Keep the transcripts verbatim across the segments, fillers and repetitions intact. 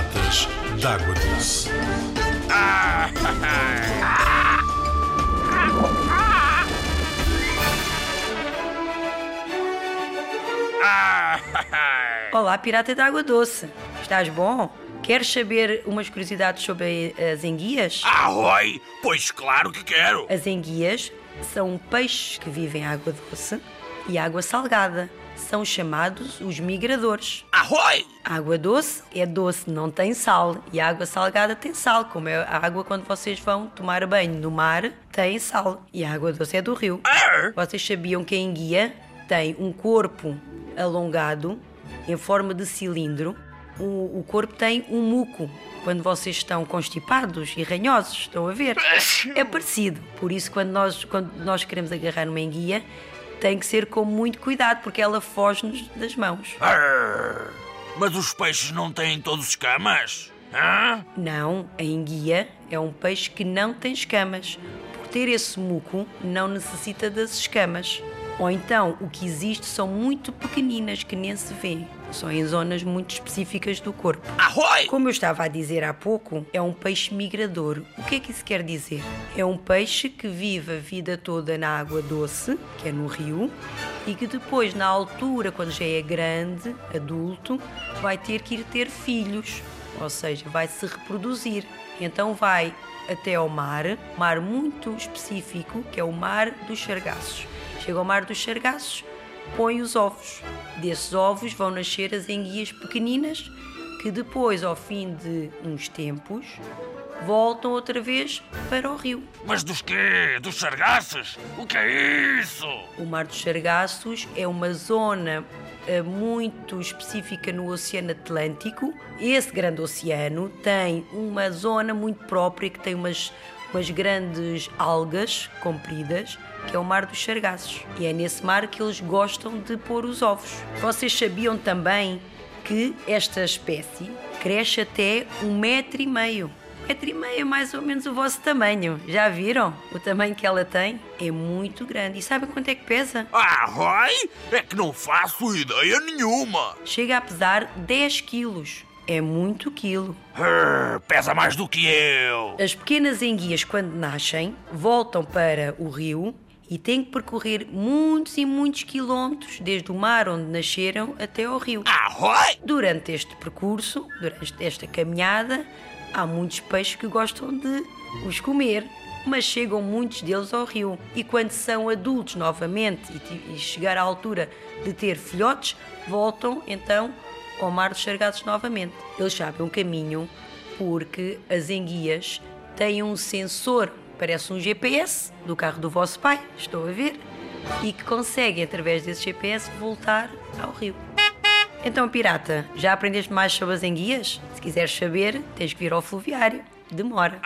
Piratas d'Água Doce. Olá, pirata d'Água Doce. Estás bom? Queres saber umas curiosidades sobre as enguias? Arroi! Pois claro que quero! As enguias são peixes que vivem em água doce e água salgada. São chamados os migradores. Arroi! A água doce é doce, não tem sal. E a água salgada tem sal, como é a água quando vocês vão tomar banho no mar, tem sal. E a água doce é do rio. Arr! Vocês sabiam que a enguia tem um corpo alongado, em forma de cilindro? O, o corpo tem um muco. Quando vocês estão constipados e ranhosos, estão a ver? É parecido. Por isso, quando nós, quando nós queremos agarrar uma enguia, tem que ser com muito cuidado, porque ela foge-nos das mãos. Arr! Mas os peixes não têm todos escamas? Hã? Não, a enguia é um peixe que não tem escamas. Por ter esse muco, não necessita das escamas. Ou então, o que existe são muito pequeninas, que nem se vê. Só em zonas muito específicas do corpo. Arroi! Como eu estava a dizer há pouco, é um peixe migrador. O que é que isso quer dizer? É um peixe que vive a vida toda na água doce, que é no rio, e que depois, na altura, quando já é grande, adulto, vai ter que ir ter filhos. Ou seja, vai se reproduzir. Então vai até ao mar, mar muito específico, que é o mar dos sargassos. Chega ao mar dos sargassos, põe os ovos. Desses ovos vão nascer as enguias pequeninas, que depois, ao fim de uns tempos, voltam outra vez para o rio. Mas dos quê? Dos sargassos? O que é isso? O mar dos sargassos é uma zona uh, muito específica no Oceano Atlântico. Esse grande oceano tem uma zona muito própria, que tem umas, umas grandes algas compridas, que é o mar dos sargassos. E é nesse mar que eles gostam de pôr os ovos. Vocês sabiam também que esta espécie cresce até um metro e meio. Um metro e meio é mais ou menos o vosso tamanho. Já viram? O tamanho que ela tem é muito grande. E sabem quanto é que pesa? Arroi! É que não faço ideia nenhuma! Chega a pesar dez quilos. É muito quilo. Arr, pesa mais do que eu! As pequenas enguias, quando nascem, voltam para o rio e têm que percorrer muitos e muitos quilómetros, desde o mar onde nasceram até ao rio. Arroi! Durante este percurso, durante esta caminhada, há muitos peixes que gostam de os comer, mas chegam muitos deles ao rio. E quando são adultos novamente e, e chegar à altura de ter filhotes, voltam então ao mar dos sargassos novamente. Eles sabem o caminho porque as enguias têm um sensor, parece um G P S do carro do vosso pai, estou a ver, e que conseguem, através desse G P S, voltar ao rio. Então, pirata, já aprendeste mais sobre as enguias? Se quiseres saber, tens que vir ao fluviário. Demora.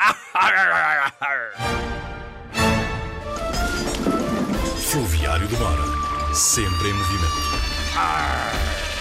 Fluviário do Mar, sempre em movimento.